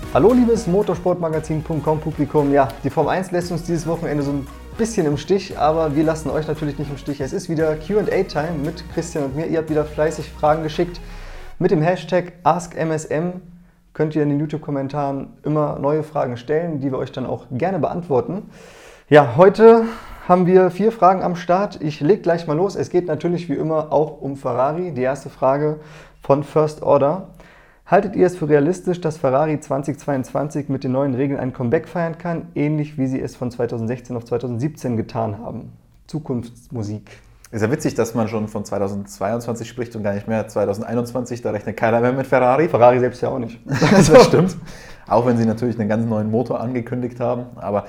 Hallo liebes Motorsportmagazin.com Publikum. Ja, die Formel 1 lässt uns dieses Wochenende so ein bisschen im Stich, aber wir lassen euch natürlich nicht im Stich. Es ist wieder Q&A-Time mit Christian und mir. Ihr habt wieder fleißig Fragen geschickt. Mit dem Hashtag AskMSM könnt ihr in den YouTube-Kommentaren immer neue Fragen stellen, die wir euch dann auch gerne beantworten. Ja, heute haben wir 4 Fragen am Start. Ich leg gleich mal los. Es geht natürlich wie immer auch um Ferrari. Die erste Frage von First Order. Haltet ihr es für realistisch, dass Ferrari 2022 mit den neuen Regeln ein Comeback feiern kann, ähnlich wie sie es von 2016 auf 2017 getan haben? Zukunftsmusik. Ist ja witzig, dass man schon von 2022 spricht und gar nicht mehr 2021, da rechnet keiner mehr mit Ferrari. Ferrari selbst ja auch nicht. Das stimmt. Auch wenn sie natürlich einen ganz neuen Motor angekündigt haben. Aber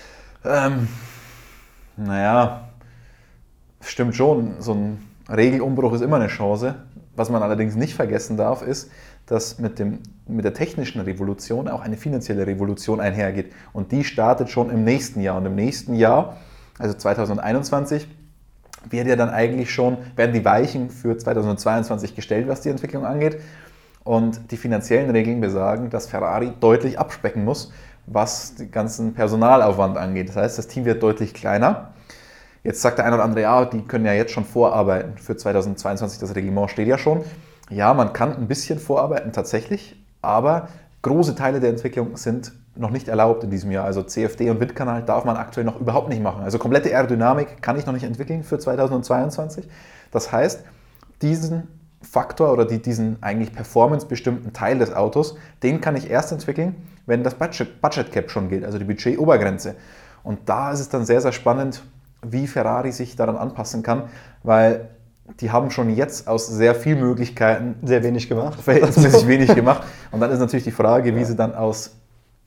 stimmt schon, so ein Regelumbruch ist immer eine Chance. Was man allerdings nicht vergessen darf, ist, dass mit der technischen Revolution auch eine finanzielle Revolution einhergeht. Und die startet schon im nächsten Jahr. Und im nächsten Jahr, also 2021, werden die Weichen für 2022 gestellt, was die Entwicklung angeht. Und die finanziellen Regeln besagen, dass Ferrari deutlich abspecken muss, was den ganzen Personalaufwand angeht. Das heißt, das Team wird deutlich kleiner. Jetzt sagt der eine oder andere, ja, die können ja jetzt schon vorarbeiten für 2022, das Reglement steht ja schon. Ja, man kann ein bisschen vorarbeiten tatsächlich, aber große Teile der Entwicklung sind noch nicht erlaubt in diesem Jahr. Also CFD und Windkanal darf man aktuell noch überhaupt nicht machen. Also komplette Aerodynamik kann ich noch nicht entwickeln für 2022. Das heißt, diesen Faktor oder diesen eigentlich performancebestimmten Teil des Autos, den kann ich erst entwickeln, wenn das Budget Cap schon gilt, also die Budgetobergrenze. Und da ist es dann sehr, sehr spannend, wie Ferrari sich daran anpassen kann, weil die haben schon jetzt aus sehr vielen Möglichkeiten sehr wenig gemacht. Verhältnismäßig wenig gemacht. Und dann ist natürlich die Frage, wie sie dann aus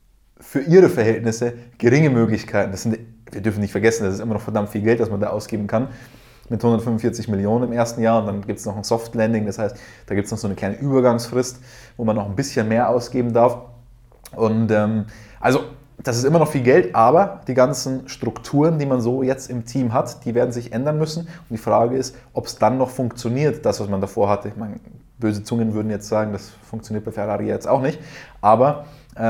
für ihre Verhältnisse geringe Möglichkeiten, wir dürfen nicht vergessen, das ist immer noch verdammt viel Geld, das man da ausgeben kann, mit 145 Millionen im ersten Jahr und dann gibt es noch ein Soft Landing, das heißt, da gibt es noch so eine kleine Übergangsfrist, wo man noch ein bisschen mehr ausgeben darf. Und also das ist immer noch viel Geld, aber die ganzen Strukturen, die man so jetzt im Team hat, die werden sich ändern müssen. Und die Frage ist, ob es dann noch funktioniert, das, was man davor hatte. Ich meine, böse Zungen würden jetzt sagen, das funktioniert bei Ferrari jetzt auch nicht. Aber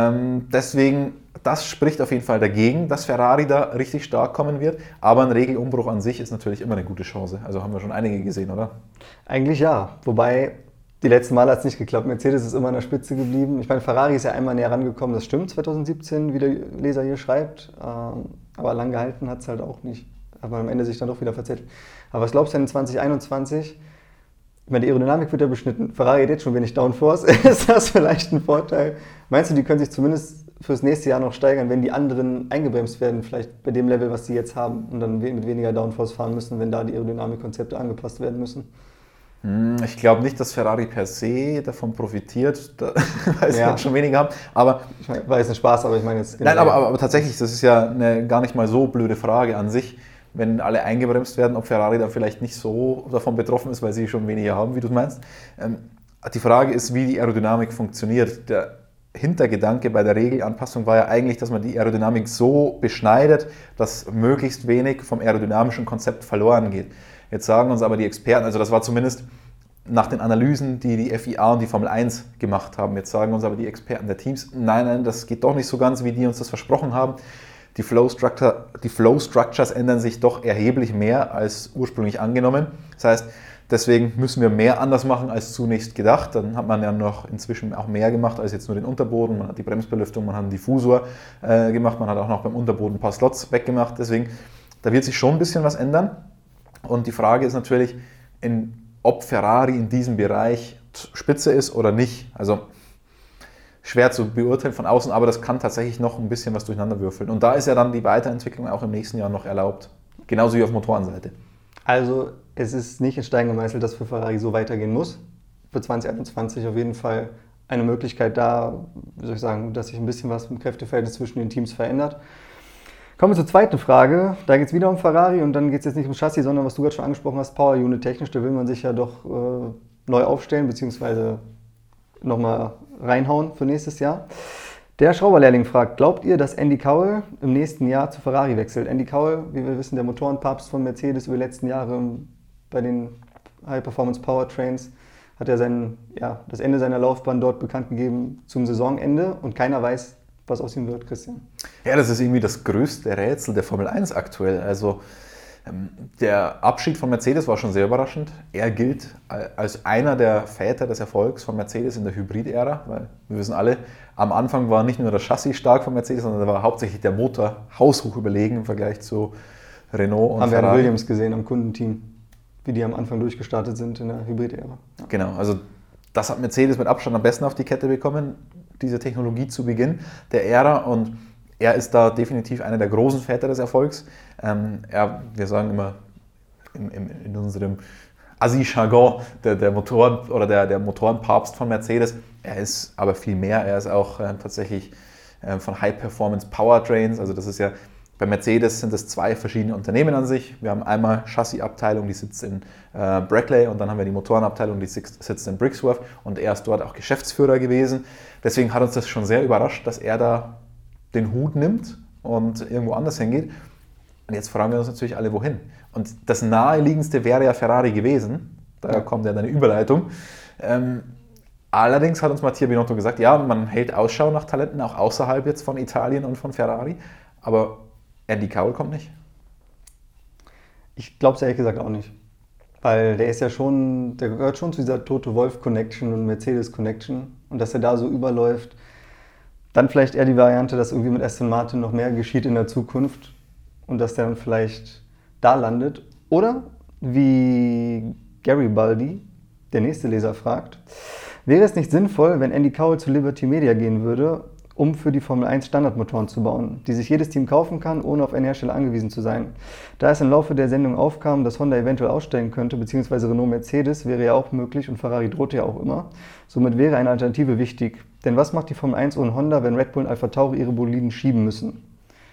deswegen, das spricht auf jeden Fall dagegen, dass Ferrari da richtig stark kommen wird. Aber ein Regelumbruch an sich ist natürlich immer eine gute Chance. Also haben wir schon einige gesehen, oder? Eigentlich ja, wobei die letzten Male hat es nicht geklappt. Mercedes ist immer an der Spitze geblieben. Ich meine, Ferrari ist ja einmal näher rangekommen, das stimmt, 2017, wie der Leser hier schreibt. Aber lang gehalten hat es halt auch nicht. Hat man am Ende sich dann doch wieder verzettelt. Aber was glaubst du denn in 2021? Ich meine, die Aerodynamik wird ja beschnitten. Ferrari hat jetzt schon wenig Downforce. Ist das vielleicht ein Vorteil? Meinst du, die können sich zumindest fürs nächste Jahr noch steigern, wenn die anderen eingebremst werden, vielleicht bei dem Level, was sie jetzt haben und dann mit weniger Downforce fahren müssen, wenn da die Aerodynamikkonzepte angepasst werden müssen? Ich glaube nicht, dass Ferrari per se davon profitiert, weil sie jetzt schon weniger haben. Aber ich meine, war jetzt ein Spaß, aber ich meine jetzt... Nein, aber tatsächlich, das ist ja eine gar nicht mal so blöde Frage an sich, wenn alle eingebremst werden, ob Ferrari dann vielleicht nicht so davon betroffen ist, weil sie schon weniger haben, wie du es meinst. Die Frage ist, wie die Aerodynamik funktioniert. Der Hintergedanke bei der Regelanpassung war ja eigentlich, dass man die Aerodynamik so beschneidet, dass möglichst wenig vom aerodynamischen Konzept verloren geht. Jetzt sagen uns aber die Experten, also das war zumindest nach den Analysen, die die FIA und die Formel 1 gemacht haben, jetzt sagen uns aber die Experten der Teams, nein, das geht doch nicht so ganz, wie die uns das versprochen haben. Die Flow Structures ändern sich doch erheblich mehr als ursprünglich angenommen. Das heißt, deswegen müssen wir mehr anders machen als zunächst gedacht. Dann hat man ja noch inzwischen auch mehr gemacht als jetzt nur den Unterboden. Man hat die Bremsbelüftung, man hat einen Diffusor gemacht, man hat auch noch beim Unterboden ein paar Slots weggemacht. Deswegen, da wird sich schon ein bisschen was ändern. Und die Frage ist natürlich, ob Ferrari in diesem Bereich Spitze ist oder nicht. Also schwer zu beurteilen von außen, aber das kann tatsächlich noch ein bisschen was durcheinander würfeln. Und da ist ja dann die Weiterentwicklung auch im nächsten Jahr noch erlaubt. Genauso wie auf Motorenseite. Also es ist nicht in Stein gemeißelt, dass für Ferrari so weitergehen muss. Für 2021 auf jeden Fall eine Möglichkeit da, dass sich ein bisschen was im Kräfteverhältnis zwischen den Teams verändert. Kommen wir zur zweiten Frage. Da geht es wieder um Ferrari und dann geht es jetzt nicht um Chassis, sondern was du gerade schon angesprochen hast, Power Unit technisch. Da will man sich ja doch neu aufstellen, beziehungsweise nochmal reinhauen für nächstes Jahr. Der Schrauberlehrling fragt, glaubt ihr, dass Andy Cowell im nächsten Jahr zu Ferrari wechselt? Andy Cowell, wie wir wissen, der Motorenpapst von Mercedes über die letzten Jahre bei den High-Performance-Powertrains, hat er das Ende seiner Laufbahn dort bekannt gegeben zum Saisonende und keiner weiß, was aus ihm wird, Christian. Ja, das ist irgendwie das größte Rätsel der Formel 1 aktuell. Also der Abschied von Mercedes war schon sehr überraschend. Er gilt als einer der Väter des Erfolgs von Mercedes in der Hybrid-Ära, weil wir wissen alle, am Anfang war nicht nur das Chassis stark von Mercedes, sondern da war hauptsächlich der Motor haushoch überlegen im Vergleich zu Renault und Haben Ferrari. wir an Williams gesehen am Kundenteam, wie die am Anfang durchgestartet sind in der Hybrid-Ära. Ja. Genau, also das hat Mercedes mit Abstand am besten auf die Kette bekommen, diese Technologie zu Beginn der Ära, und er ist da definitiv einer der großen Väter des Erfolgs. Wir sagen immer in unserem Assi-Jargon der Motoren oder der Motorenpapst von Mercedes. Er ist aber viel mehr. Er ist auch tatsächlich von High-Performance Powertrains. Also das ist ja, bei Mercedes sind es zwei verschiedene Unternehmen an sich. Wir haben einmal Chassisabteilung, die sitzt in Brackley, und dann haben wir die Motorenabteilung, die sitzt in Brixworth, und er ist dort auch Geschäftsführer gewesen. Deswegen hat uns das schon sehr überrascht, dass er da den Hut nimmt und irgendwo anders hingeht. Und jetzt fragen wir uns natürlich alle, wohin. Und das naheliegendste wäre ja Ferrari gewesen. Da kommt ja deine Überleitung. Allerdings hat uns Mattia Binotto gesagt, ja, man hält Ausschau nach Talenten, auch außerhalb jetzt von Italien und von Ferrari. Aber Andy Cowell kommt nicht. Ich glaube es ehrlich gesagt auch nicht. Weil der gehört schon zu dieser Toto Wolff Connection und Mercedes Connection. Und dass er da so überläuft, dann vielleicht eher die Variante, dass irgendwie mit Aston Martin noch mehr geschieht in der Zukunft und dass der dann vielleicht da landet. Oder wie Gary Baldi, der nächste Leser, fragt, wäre es nicht sinnvoll, wenn Andy Cowell zu Liberty Media gehen würde, um für die Formel 1 Standardmotoren zu bauen, die sich jedes Team kaufen kann, ohne auf einen Hersteller angewiesen zu sein. Da es im Laufe der Sendung aufkam, dass Honda eventuell aussteigen könnte, beziehungsweise Renault Mercedes, wäre ja auch möglich und Ferrari drohte ja auch immer. Somit wäre eine Alternative wichtig. Denn was macht die Formel 1 ohne Honda, wenn Red Bull und AlphaTauri ihre Boliden schieben müssen?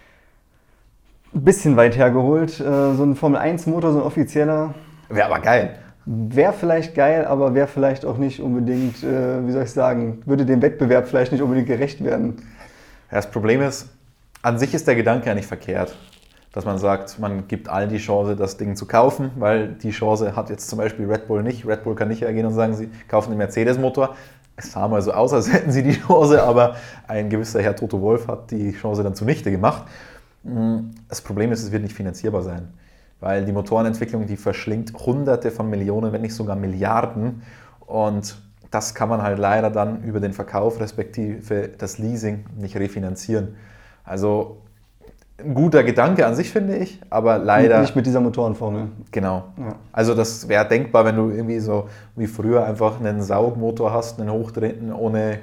Ein bisschen weit hergeholt. So ein Formel 1 Motor, so ein offizieller. Wäre aber geil. Wäre vielleicht geil, aber wäre vielleicht auch nicht unbedingt, würde dem Wettbewerb vielleicht nicht unbedingt gerecht werden. Ja, das Problem ist, an sich ist der Gedanke ja nicht verkehrt, dass man sagt, man gibt allen die Chance, das Ding zu kaufen, weil die Chance hat jetzt zum Beispiel Red Bull nicht. Red Bull kann nicht hergehen und sagen, sie kaufen den Mercedes-Motor. Es sah mal so aus, als hätten sie die Chance, aber ein gewisser Herr Toto Wolff hat die Chance dann zunichte gemacht. Das Problem ist, es wird nicht finanzierbar sein. Weil die Motorenentwicklung, die verschlingt Hunderte von Millionen, wenn nicht sogar Milliarden. Und das kann man halt leider dann über den Verkauf respektive das Leasing nicht refinanzieren. Also ein guter Gedanke an sich, finde ich, aber leider... Nicht mit dieser Motorenformel. Genau. Ja. Also das wäre denkbar, wenn du irgendwie so wie früher einfach einen Saugmotor hast, einen hochdrehenden ohne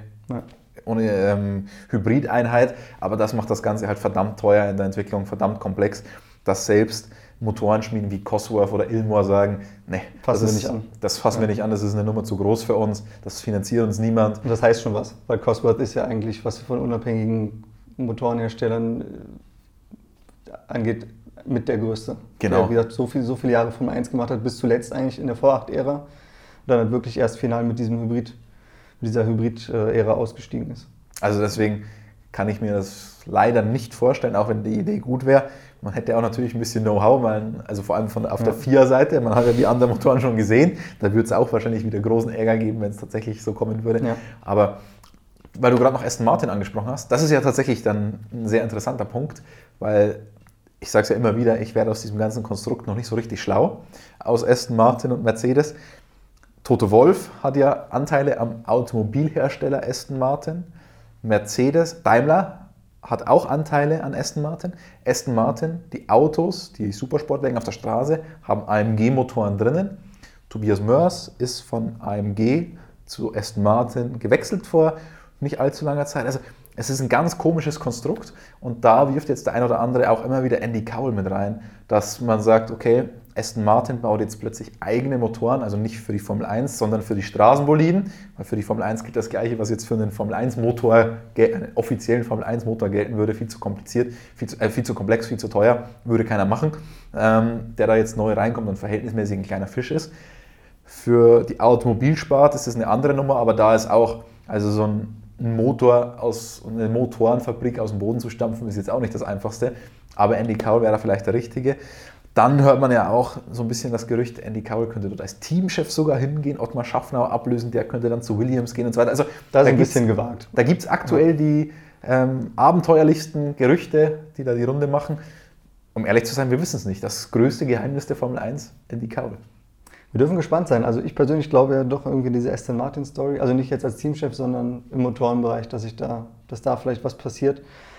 Hybrideinheit. Aber das macht das Ganze halt verdammt teuer in der Entwicklung, verdammt komplex, dass selbst Motorenschmieden wie Cosworth oder Ilmor sagen, nee, das fassen wir nicht an, das ist eine Nummer zu groß für uns, das finanziert uns niemand. Und das heißt schon was, weil Cosworth ist ja eigentlich, was von unabhängigen Motorenherstellern angeht, mit der größte. Genau. Der, wie gesagt, so viele Jahre Formel 1 gemacht hat, bis zuletzt eigentlich in der V8-Ära und dann halt wirklich erst final mit dieser Hybrid-Ära ausgestiegen ist. Also deswegen kann ich mir das leider nicht vorstellen, auch wenn die Idee gut wäre. Man hätte auch natürlich ein bisschen Know-how, also vor allem auf der FIA-Seite, man hat ja die anderen Motoren schon gesehen, da würde es auch wahrscheinlich wieder großen Ärger geben, wenn es tatsächlich so kommen würde. Ja. Aber weil du gerade noch Aston Martin angesprochen hast, das ist ja tatsächlich dann ein sehr interessanter Punkt, weil ich sage es ja immer wieder, ich werde aus diesem ganzen Konstrukt noch nicht so richtig schlau, aus Aston Martin und Mercedes. Toto Wolff hat ja Anteile am Automobilhersteller Aston Martin, Daimler hat auch Anteile an Aston Martin. Aston Martin, die Autos, die Supersportwagen auf der Straße, haben AMG-Motoren drinnen. Tobias Moers ist von AMG zu Aston Martin gewechselt vor nicht allzu langer Zeit. Also es ist ein ganz komisches Konstrukt und da wirft jetzt der ein oder andere auch immer wieder Andy Cowell mit rein, dass man sagt, okay, Aston Martin baut jetzt plötzlich eigene Motoren, also nicht für die Formel 1, sondern für die Straßenboliden, weil für die Formel 1 gilt das Gleiche, was jetzt für einen Formel 1 Motor, einen offiziellen Formel 1 Motor gelten würde, viel zu kompliziert, viel zu komplex, viel zu teuer, würde keiner machen, der da jetzt neu reinkommt und verhältnismäßig ein kleiner Fisch ist. Für die Automobilsparte ist das eine andere Nummer, aber da ist auch, also so ein Motor eine Motorenfabrik aus dem Boden zu stampfen, ist jetzt auch nicht das Einfachste, aber Andy Cowell wäre da vielleicht der Richtige. Dann hört man ja auch so ein bisschen das Gerücht, Andy Cowell könnte dort als Teamchef sogar hingehen, Ottmar Schaffner ablösen, der könnte dann zu Williams gehen und so weiter. Also da ist ein bisschen gewagt. Da gibt es aktuell die abenteuerlichsten Gerüchte, die da die Runde machen. Um ehrlich zu sein, wir wissen es nicht. Das größte Geheimnis der Formel 1, Andy Cowell. Wir dürfen gespannt sein. Also ich persönlich glaube ja doch irgendwie diese Aston Martin Story, also nicht jetzt als Teamchef, sondern im Motorenbereich, dass da vielleicht was passiert.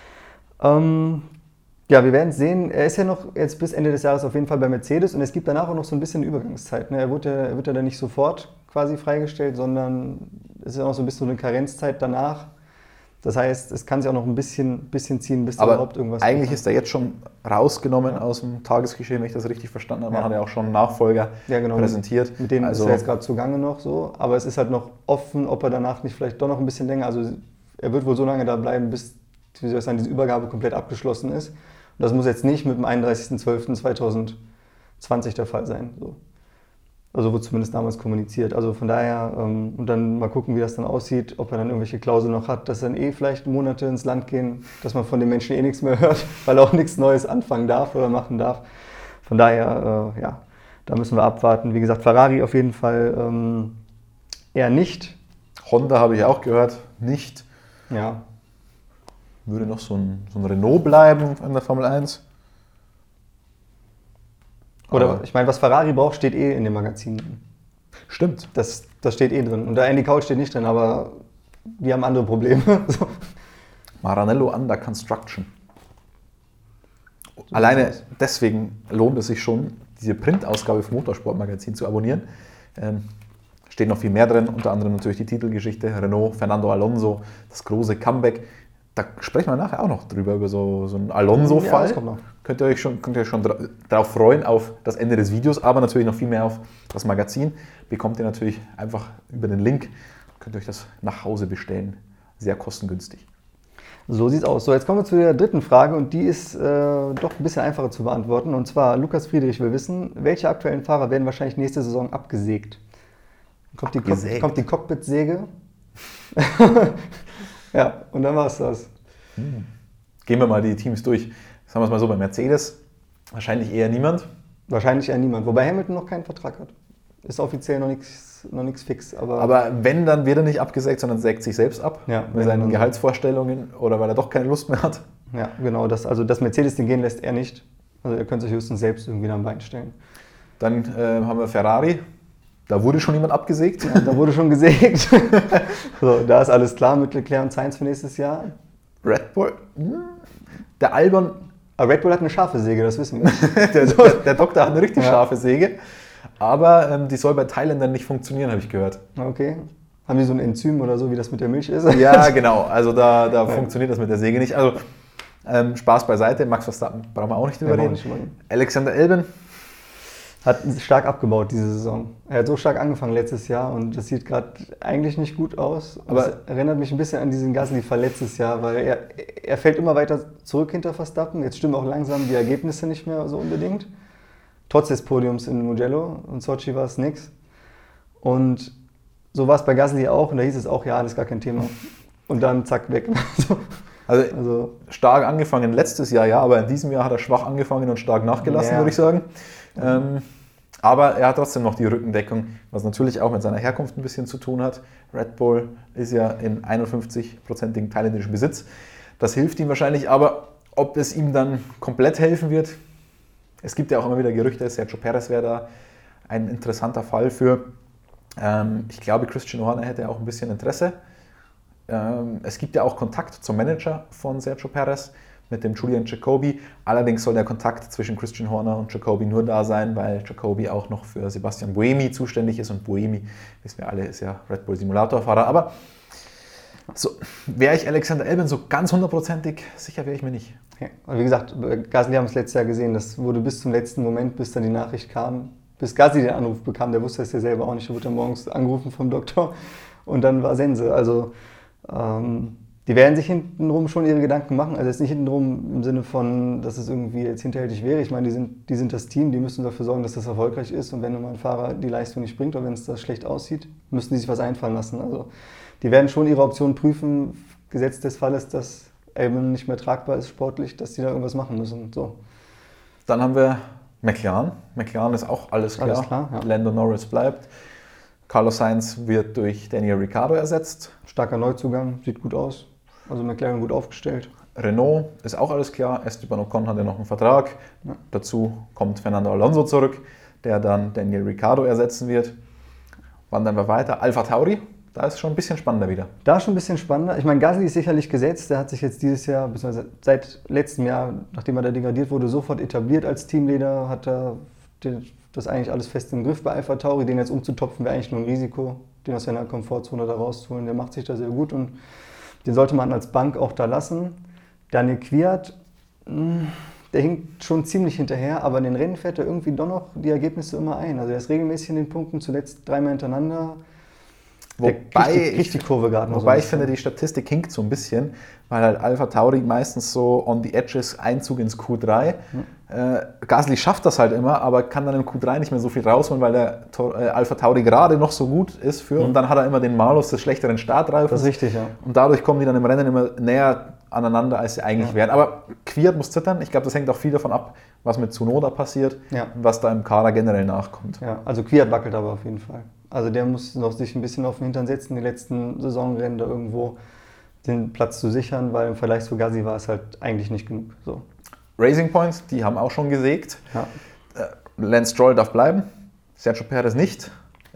Ja, wir werden es sehen. Er ist ja noch jetzt bis Ende des Jahres auf jeden Fall bei Mercedes und es gibt danach auch noch so ein bisschen Übergangszeit. Ne? Er wird ja dann nicht sofort quasi freigestellt, sondern es ist ja noch so ein bisschen so eine Karenzzeit danach. Das heißt, es kann sich auch noch ein bisschen ziehen, bis da überhaupt irgendwas kommt. Eigentlich ist er jetzt schon rausgenommen aus dem Tagesgeschehen, wenn ich das richtig verstanden habe. Man hat ja auch schon einen Nachfolger präsentiert. Mit denen ist er jetzt gerade zugange noch so. Aber es ist halt noch offen, ob er danach nicht vielleicht doch noch ein bisschen länger, also er wird wohl so lange da bleiben, bis diese Übergabe komplett abgeschlossen ist. Und das muss jetzt nicht mit dem 31.12.2020 der Fall sein. So. Also wurde zumindest damals kommuniziert. Also von daher, und dann mal gucken, wie das dann aussieht, ob er dann irgendwelche Klauseln noch hat, dass dann vielleicht Monate ins Land gehen, dass man von den Menschen nichts mehr hört, weil er auch nichts Neues anfangen darf oder machen darf. Von daher, ja, da müssen wir abwarten. Wie gesagt, Ferrari auf jeden Fall eher nicht. Honda habe ich auch gehört, nicht. Ja. Würde noch so ein Renault bleiben in der Formel 1? Oder ich meine, was Ferrari braucht, steht in dem Magazin drin. Stimmt. Das steht drin. Und da Andy Cowell steht nicht drin, aber die haben andere Probleme. So. Maranello Under Construction. Alleine deswegen lohnt es sich schon, diese Printausgabe vom Motorsportmagazin zu abonnieren. Steht noch viel mehr drin, unter anderem natürlich die Titelgeschichte, Renault, Fernando Alonso, das große Comeback. Da sprechen wir nachher auch noch drüber, über so einen Alonso-Fall. Ja, das kommt noch. Könnt ihr euch schon darauf freuen, auf das Ende des Videos, aber natürlich noch viel mehr auf das Magazin. Bekommt ihr natürlich einfach über den Link, könnt ihr euch das nach Hause bestellen. Sehr kostengünstig. So sieht's aus. So, jetzt kommen wir zu der dritten Frage und die ist doch ein bisschen einfacher zu beantworten. Und zwar, Lukas Friedrich will wissen, welche aktuellen Fahrer werden wahrscheinlich nächste Saison abgesägt? Kommt die Cockpit-Säge? Ja, und dann war es das. Gehen wir mal die Teams durch. Sagen wir es mal so, bei Mercedes wahrscheinlich eher niemand. Wahrscheinlich eher niemand, wobei Hamilton noch keinen Vertrag hat. Ist offiziell noch nichts fix. Aber wenn, dann wird er nicht abgesägt, sondern sägt sich selbst ab. Ja, mit seinen Gehaltsvorstellungen oder weil er doch keine Lust mehr hat. Ja, genau. Das Mercedes den gehen lässt er nicht. Also er könnte sich höchstens selbst irgendwie am Bein stellen. Dann haben wir Ferrari. Da wurde schon jemand abgesägt. Ja, da wurde schon gesägt. So, da ist alles klar mit Leclerc und Sainz für nächstes Jahr. Red Bull. Der Albon. Aber Red Bull hat eine scharfe Säge, das wissen wir. der Doktor hat eine richtig scharfe Säge. Aber die soll bei Thailändern nicht funktionieren, habe ich gehört. Okay. Haben die so ein Enzym oder so, wie das mit der Milch ist? Ja, genau. Also da funktioniert das mit der Säge nicht. Also Spaß beiseite. Max Verstappen brauchen wir auch nicht drüber reden. Alexander Albon. Hat stark abgebaut diese Saison. Er hat so stark angefangen letztes Jahr und das sieht gerade eigentlich nicht gut aus. Aber es erinnert mich ein bisschen an diesen Gasly-Fall letztes Jahr, weil er fällt immer weiter zurück hinter Verstappen. Jetzt stimmen auch langsam die Ergebnisse nicht mehr so unbedingt. Trotz des Podiums in Mugello und Sochi war es nix. Und so war es bei Gasly auch und da hieß es auch, ja, das ist gar kein Thema. Und dann zack, weg. Also stark angefangen letztes Jahr, ja, aber in diesem Jahr hat er schwach angefangen und stark nachgelassen, würde ich sagen. Aber er hat trotzdem noch die Rückendeckung, was natürlich auch mit seiner Herkunft ein bisschen zu tun hat. Red Bull ist ja in 51%igen thailändischen Besitz. Das hilft ihm wahrscheinlich, aber ob es ihm dann komplett helfen wird, es gibt ja auch immer wieder Gerüchte, Sergio Perez wäre da ein interessanter Fall für. Ich glaube, Christian Horner hätte auch ein bisschen Interesse. Es gibt ja auch Kontakt zum Manager von Sergio Perez mit dem Julian Jacobi. Allerdings soll der Kontakt zwischen Christian Horner und Jacobi nur da sein, weil Jacobi auch noch für Sebastian Buemi zuständig ist. Und Buemi, wissen wir alle, ist ja Red Bull Simulatorfahrer. Aber so, wäre ich Alexander Albon so ganz hundertprozentig sicher wäre ich mir nicht. Ja, wie gesagt, Gasly haben es letztes Jahr gesehen. Das wurde bis zum letzten Moment, bis dann die Nachricht kam, bis Gasly den Anruf bekam. Der wusste es ja selber auch nicht. Der wurde dann morgens angerufen vom Doktor und dann war Sense. Also die werden sich hintenrum schon ihre Gedanken machen. Also jetzt nicht hintenrum im Sinne von, dass es irgendwie jetzt hinterhältig wäre. Ich meine, die sind das Team, die müssen dafür sorgen, dass das erfolgreich ist. Und wenn mal ein Fahrer die Leistung nicht bringt oder wenn es da schlecht aussieht, müssen die sich was einfallen lassen. Also die werden schon ihre Optionen prüfen, gesetzt des Falles, dass Albon nicht mehr tragbar ist sportlich, dass die da irgendwas machen müssen. So. Dann haben wir McLaren ist auch alles klar. Alles klar, ja. Lando Norris bleibt. Carlos Sainz wird durch Daniel Ricciardo ersetzt. Starker Neuzugang, sieht gut aus. Also McLaren gut aufgestellt. Renault ist auch alles klar. Esteban Ocon hat ja noch einen Vertrag. Ja. Dazu kommt Fernando Alonso zurück, der dann Daniel Ricciardo ersetzen wird. Wandern wir weiter. AlphaTauri, da ist es schon ein bisschen spannender wieder. Da ist schon ein bisschen spannender. Ich meine, Gasly ist sicherlich gesetzt. Der hat sich jetzt dieses Jahr, beziehungsweise seit letztem Jahr, nachdem er da degradiert wurde, sofort etabliert als Teamleader. Hat er das eigentlich alles fest im Griff bei AlphaTauri. Den jetzt umzutopfen wäre eigentlich nur ein Risiko, den aus seiner Komfortzone da rauszuholen. Der macht sich da sehr gut und den sollte man als Bank auch da lassen. Daniel Kvyat, der hinkt schon ziemlich hinterher, aber in den Rennen fährt er irgendwie doch noch die Ergebnisse immer ein. Also er ist regelmäßig in den Punkten, zuletzt 3-mal hintereinander. Kriegt die Kurve gerade noch. Wobei ich finde, die Statistik hinkt so ein bisschen, weil halt AlphaTauri meistens so on the edges Einzug ins Q3. Gasly schafft das halt immer, aber kann dann im Q3 nicht mehr so viel rausholen, weil der AlphaTauri gerade noch so gut ist für. Und dann hat er immer den Malus des schlechteren Startreifens. Das ist richtig, ja. Und dadurch kommen die dann im Rennen immer näher aneinander, als sie eigentlich wären. Aber Kvyat muss zittern. Ich glaube, das hängt auch viel davon ab, was mit Tsunoda passiert und was da im Kader generell nachkommt. Ja, also Kvyat wackelt aber auf jeden Fall. Also der muss noch sich ein bisschen auf den Hintern setzen, die letzten Saisonrennen da irgendwo den Platz zu sichern, weil im Vergleich zu Gasly war es halt eigentlich nicht genug. So. Racing Point, die haben auch schon gesägt. Ja. Lance Stroll darf bleiben, Sergio Perez nicht.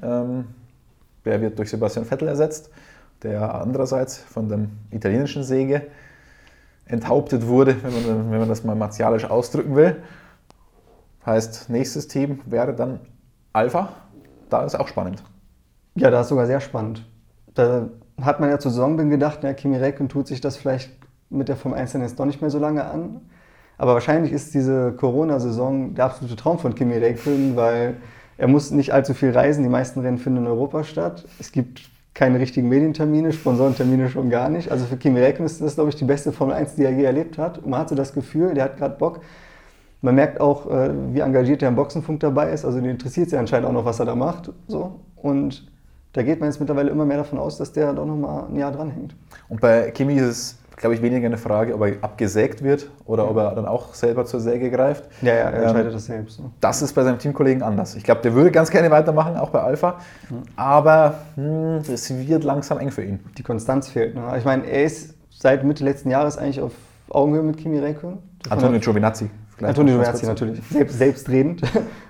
Der wird durch Sebastian Vettel ersetzt, der andererseits von dem italienischen Säge enthauptet wurde, wenn man das mal martialisch ausdrücken will. Heißt, nächstes Team wäre dann Alpha. Da ist auch spannend. Ja, da ist sogar sehr spannend. Da hat man ja zur Saisonbeginn gedacht, ja, Kimi Räikkönen tut sich das vielleicht mit der Formel 1 jetzt doch nicht mehr so lange an. Aber wahrscheinlich ist diese Corona-Saison der absolute Traum von Kimi Räikkönen, weil er muss nicht allzu viel reisen. Die meisten Rennen finden in Europa statt. Es gibt keine richtigen Medientermine, Sponsorentermine schon gar nicht. Also für Kimi Räikkönen ist das, glaube ich, die beste Formel 1, die er je erlebt hat. Und man hat so das Gefühl, der hat gerade Bock. Man merkt auch, wie engagiert er im Boxenfunk dabei ist. Also den interessiert es ja anscheinend auch noch, was er da macht. So. Und da geht man jetzt mittlerweile immer mehr davon aus, dass der doch noch mal ein Jahr dranhängt. Und bei Kimi ist es, glaube ich, weniger eine Frage, ob er abgesägt wird oder ob er dann auch selber zur Säge greift. Ja, er entscheidet das selbst. So. Das ist bei seinem Teamkollegen anders. Ich glaube, der würde ganz gerne weitermachen, auch bei Alpha. Aber es wird langsam eng für ihn. Die Konstanz fehlt. Ne? Ich meine, er ist seit Mitte letzten Jahres eigentlich auf Augenhöhe mit Kimi Räikkönen. Antonio Giovinazzi. Antonio Giovinazzi natürlich, selbstredend.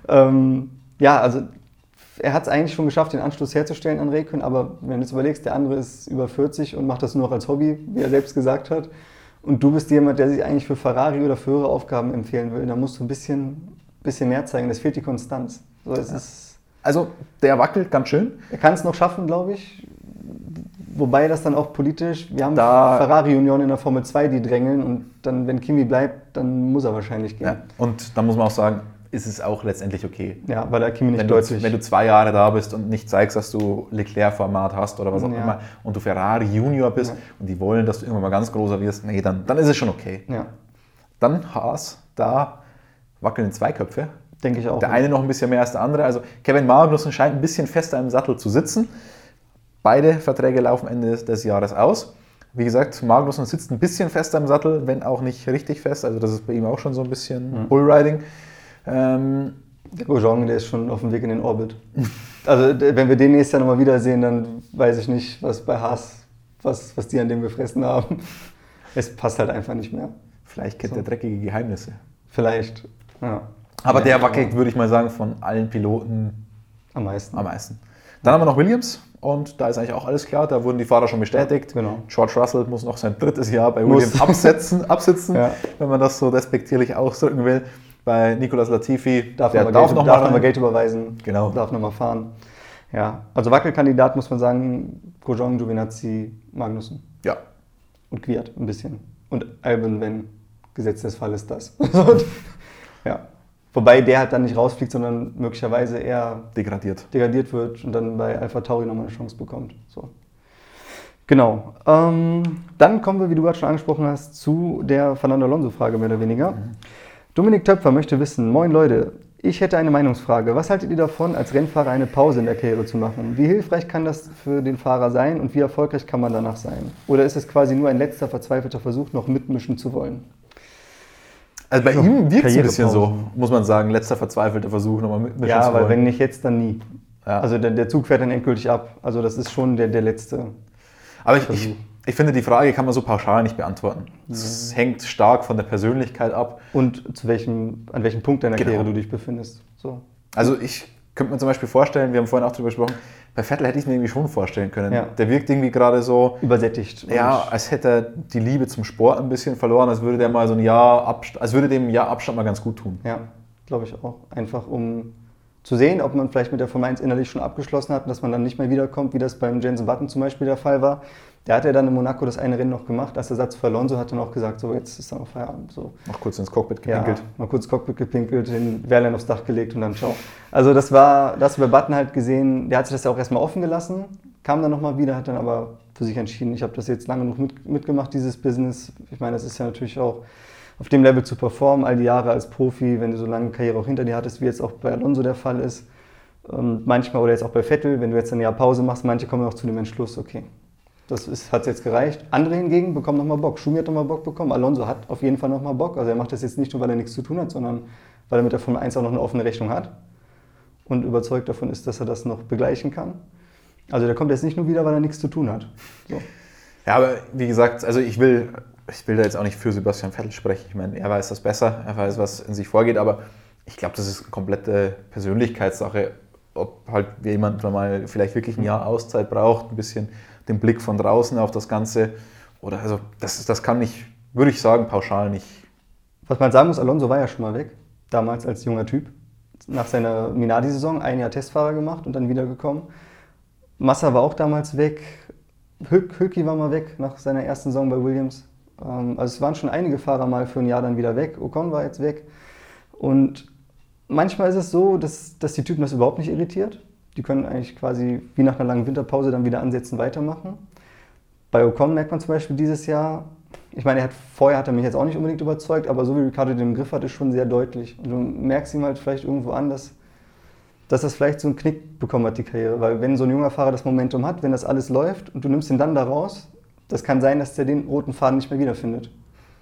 Ja, also er hat es eigentlich schon geschafft, den Anschluss herzustellen an Räikkönen, aber wenn du jetzt überlegst, der andere ist über 40 und macht das nur noch als Hobby, wie er selbst gesagt hat. Und du bist jemand, der sich eigentlich für Ferrari oder für höhere Aufgaben empfehlen will. Da musst du ein bisschen mehr zeigen, es fehlt die Konstanz. So, also der wackelt ganz schön. Er kann es noch schaffen, glaube ich. Wobei das dann auch politisch, wir haben Ferrari-Union in der Formel 2, die drängeln und dann, wenn Kimi bleibt, dann muss er wahrscheinlich gehen. Ja, und dann muss man auch sagen, ist es auch letztendlich okay. Ja, weil der Kimi nicht wenn du 2 Jahre da bist und nicht zeigst, dass du Leclerc-Format hast oder was auch immer und du Ferrari Junior bist und die wollen, dass du irgendwann mal ganz großer wirst, nee, dann ist es schon okay. Ja. Dann Haas, da wackeln 2 Köpfe. Denke ich auch. Der eine noch ein bisschen mehr als der andere. Also Kevin Magnussen scheint ein bisschen fester im Sattel zu sitzen. Beide Verträge laufen Ende des Jahres aus. Wie gesagt, Magnussen sitzt ein bisschen fester im Sattel, wenn auch nicht richtig fest. Also das ist bei ihm auch schon so ein bisschen Bullriding. Der Grosjean, der ist schon auf dem Weg in den Orbit. Also wenn wir den nächstes Jahr nochmal wiedersehen, dann weiß ich nicht, was bei Haas, was die an dem gefressen haben. Es passt halt einfach nicht mehr. Vielleicht kennt er dreckige Geheimnisse. Vielleicht, ja. Aber der wackelt, würde ich mal sagen, von allen Piloten am meisten. Dann haben wir noch Williams und da ist eigentlich auch alles klar. Da wurden die Fahrer schon bestätigt. Ja, genau. George Russell muss noch sein 3. Jahr bei Williams absitzen, wenn man das so respektierlich ausdrücken will. Bei Nicolas Latifi, darf nochmal Geld überweisen, darf nochmal fahren. Ja, also Wackelkandidat muss man sagen, Grosjean, Giovinazzi, Magnussen. Ja. Und Kvyat ein bisschen. Und Albon, wenn Gesetz des Falles das. Ja. Wobei der halt dann nicht rausfliegt, sondern möglicherweise eher degradiert wird und dann bei AlphaTauri nochmal eine Chance bekommt. So. Genau. Dann kommen wir, wie du gerade schon angesprochen hast, zu der Fernando Alonso-Frage mehr oder weniger. Dominik Töpfer möchte wissen, moin Leute, ich hätte eine Meinungsfrage. Was haltet ihr davon, als Rennfahrer eine Pause in der Karriere zu machen? Wie hilfreich kann das für den Fahrer sein und wie erfolgreich kann man danach sein? Oder ist es quasi nur ein letzter verzweifelter Versuch, noch mitmischen zu wollen? Also bei ihm wirkt es ein bisschen so, Karrierepause. muss man sagen, letzter verzweifelter Versuch, nochmal mitmischen Ja, zu weil wollen. wenn nicht jetzt, dann nie. Ja. Also der Zug fährt dann endgültig ab. Also das ist schon der letzte. Aber Versuch. ich finde, die Frage kann man so pauschal nicht beantworten. Es hängt stark von der Persönlichkeit ab. Und an welchem Punkt deiner Genau. Karriere du dich befindest. So. Also ich könnte mir zum Beispiel vorstellen, wir haben vorhin auch darüber gesprochen, bei Vettel hätte ich es mir irgendwie schon vorstellen können. Ja. Der wirkt irgendwie gerade so, Übersättigt. ja, als hätte er die Liebe zum Sport ein bisschen verloren, als würde der mal so ein Jahr Abstand, als würde dem ein Jahr Abstand mal ganz gut tun. Ja, glaube ich auch. Einfach um zu sehen, ob man vielleicht mit der Formel 1 innerlich schon abgeschlossen hat und dass man dann nicht mehr wiederkommt, wie das beim Jenson Button zum Beispiel der Fall war. Der hat ja dann in Monaco das eine Rennen noch gemacht, als Ersatz für Alonso, hat dann auch gesagt, so jetzt ist dann auch Feierabend. So. Noch kurz ins Cockpit Ja, gepinkelt. mal kurz Cockpit gepinkelt, den Wehrlein aufs Dach gelegt und dann ciao. Also das hast du bei Button halt gesehen, der hat sich das ja auch erstmal offen gelassen, kam dann nochmal wieder, hat dann aber für sich entschieden, ich habe das jetzt lange genug mitgemacht, dieses Business. Ich meine, das ist ja natürlich auch auf dem Level zu performen, all die Jahre als Profi, wenn du so lange Karriere auch hinter dir hattest, wie jetzt auch bei Alonso der Fall ist. Manchmal, oder jetzt auch bei Vettel, wenn du jetzt ein Jahr Pause machst, manche kommen auch zu dem Entschluss, okay, hat jetzt gereicht. Andere hingegen bekommen nochmal Bock. Schumi hat nochmal Bock bekommen, Alonso hat auf jeden Fall nochmal Bock. Also er macht das jetzt nicht nur, weil er nichts zu tun hat, sondern weil er mit der Formel 1 auch noch eine offene Rechnung hat und überzeugt davon ist, dass er das noch begleichen kann. Also der kommt jetzt nicht nur wieder, weil er nichts zu tun hat. So. Ja, aber wie gesagt, also ich will da jetzt auch nicht für Sebastian Vettel sprechen. Ich meine, er weiß das besser, er weiß, was in sich vorgeht, aber ich glaube, das ist eine komplette Persönlichkeitssache, ob halt jemand mal vielleicht wirklich ein Jahr Auszeit braucht, ein bisschen den Blick von draußen auf das Ganze. Oder also das kann ich, würde ich sagen, pauschal nicht. Was man sagen muss, Alonso war ja schon mal weg, damals als junger Typ. Nach seiner Minardi-Saison ein Jahr Testfahrer gemacht und dann wiedergekommen. Massa war auch damals weg. Hülki war mal weg nach seiner ersten Saison bei Williams. Also es waren schon einige Fahrer mal für ein Jahr dann wieder weg. Ocon war jetzt weg. Und manchmal ist es so, dass die Typen das überhaupt nicht irritiert. Die können eigentlich quasi wie nach einer langen Winterpause dann wieder ansetzen, weitermachen. Bei Ocon merkt man zum Beispiel dieses Jahr, ich meine, vorher hat er mich jetzt auch nicht unbedingt überzeugt, aber so wie Ricciardo den im Griff hat, ist schon sehr deutlich. Und du merkst ihm halt vielleicht irgendwo an, dass das vielleicht so einen Knick bekommen hat, die Karriere. Weil wenn so ein junger Fahrer das Momentum hat, wenn das alles läuft und du nimmst ihn dann da raus, das kann sein, dass der den roten Faden nicht mehr wiederfindet.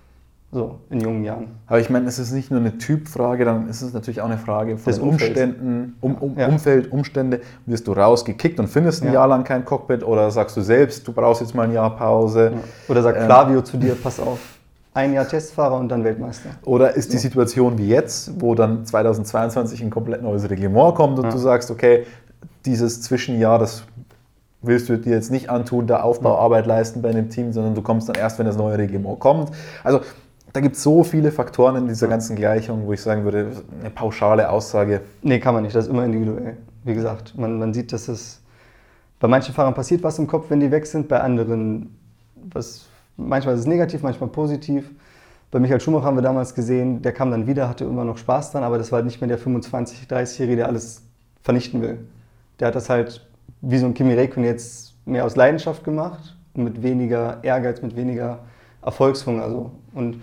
So, in jungen Jahren. Aber ich meine, es ist nicht nur eine Typfrage, dann ist es natürlich auch eine Frage von Des den Umfelds. Umständen, Ja. Umfeld, Umstände. Wirst du rausgekickt und findest ein Ja. Jahr lang kein Cockpit oder sagst du selbst, du brauchst jetzt mal ein Jahr Pause? Ja. Oder sagt Flavio zu dir, pass auf, ein Jahr Testfahrer und dann Weltmeister. Oder ist die Situation wie jetzt, wo dann 2022 ein komplett neues Reglement kommt und Ja. du sagst, okay, dieses Zwischenjahr, das willst du dir jetzt nicht antun, da Aufbauarbeit leisten bei einem Team, sondern du kommst dann erst, wenn das neue Reglement kommt. Also da gibt es so viele Faktoren in dieser ganzen Gleichung, wo ich sagen würde, eine pauschale Aussage. Nee, kann man nicht, das ist immer individuell. Wie gesagt, man sieht, dass es bei manchen Fahrern passiert was im Kopf, wenn die weg sind, bei anderen, manchmal ist es negativ, manchmal positiv. Bei Michael Schumacher haben wir damals gesehen, der kam dann wieder, hatte immer noch Spaß dran, aber das war nicht mehr der 25-, 30-Jährige, der alles vernichten will. Der hat das halt wie so ein Kimi Räikkönen jetzt mehr aus Leidenschaft gemacht, mit weniger Ehrgeiz, mit weniger Erfolgshunger. So. Und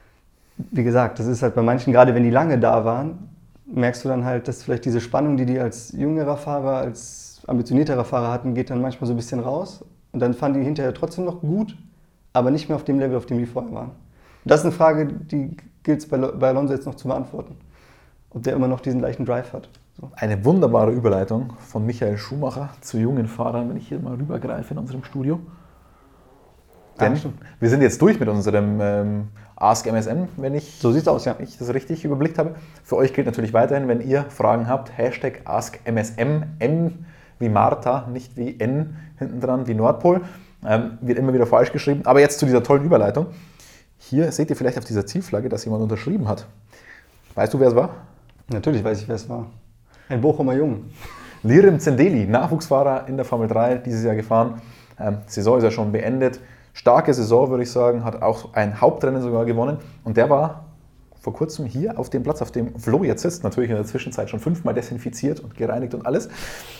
wie gesagt, das ist halt bei manchen, gerade wenn die lange da waren, merkst du dann halt, dass vielleicht diese Spannung, die als jüngerer Fahrer, als ambitionierterer Fahrer hatten, geht dann manchmal so ein bisschen raus. Und dann fanden die hinterher trotzdem noch gut, aber nicht mehr auf dem Level, auf dem die vorher waren. Und das ist eine Frage, die gilt es bei Alonso jetzt noch zu beantworten. Ob der immer noch diesen gleichen Drive hat. So. Eine wunderbare Überleitung von Michael Schumacher zu jungen Fahrern, wenn ich hier mal rübergreife in unserem Studio. Denn wir sind jetzt durch mit unserem Ask MSM, wenn ich So sieht's aus, ja. das richtig überblickt habe. Für euch gilt natürlich weiterhin, wenn ihr Fragen habt, Hashtag AskMSM, M wie Martha, nicht wie N hinten dran, wie Nordpol. Wird immer wieder falsch geschrieben. Aber jetzt zu dieser tollen Überleitung. Hier seht ihr vielleicht auf dieser Zielflagge, dass jemand unterschrieben hat. Weißt du, wer es war? Natürlich weiß ich, wer es war. Ein Bochumer Jung. Lirim Zendeli, Nachwuchsfahrer in der Formel 3, dieses Jahr gefahren. Saison ist ja schon beendet. Starke Saison, würde ich sagen, hat auch ein Hauptrennen sogar gewonnen. Und der war vor kurzem hier auf dem Platz, auf dem Flo jetzt sitzt. Natürlich in der Zwischenzeit schon 5-mal desinfiziert und gereinigt und alles.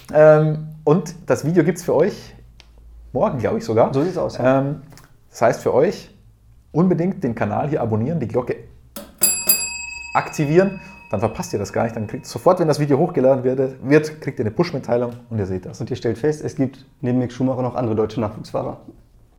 Und das Video gibt es für euch morgen, glaube ich sogar. So sieht's aus, ja. Das heißt für euch, unbedingt den Kanal hier abonnieren, die Glocke aktivieren. Dann verpasst ihr das gar nicht. Dann kriegt sofort, wenn das Video hochgeladen wird, kriegt ihr eine Push-Mitteilung und ihr seht das. Und ihr stellt fest, es gibt neben Mick Schumacher noch andere deutsche Nachwuchsfahrer.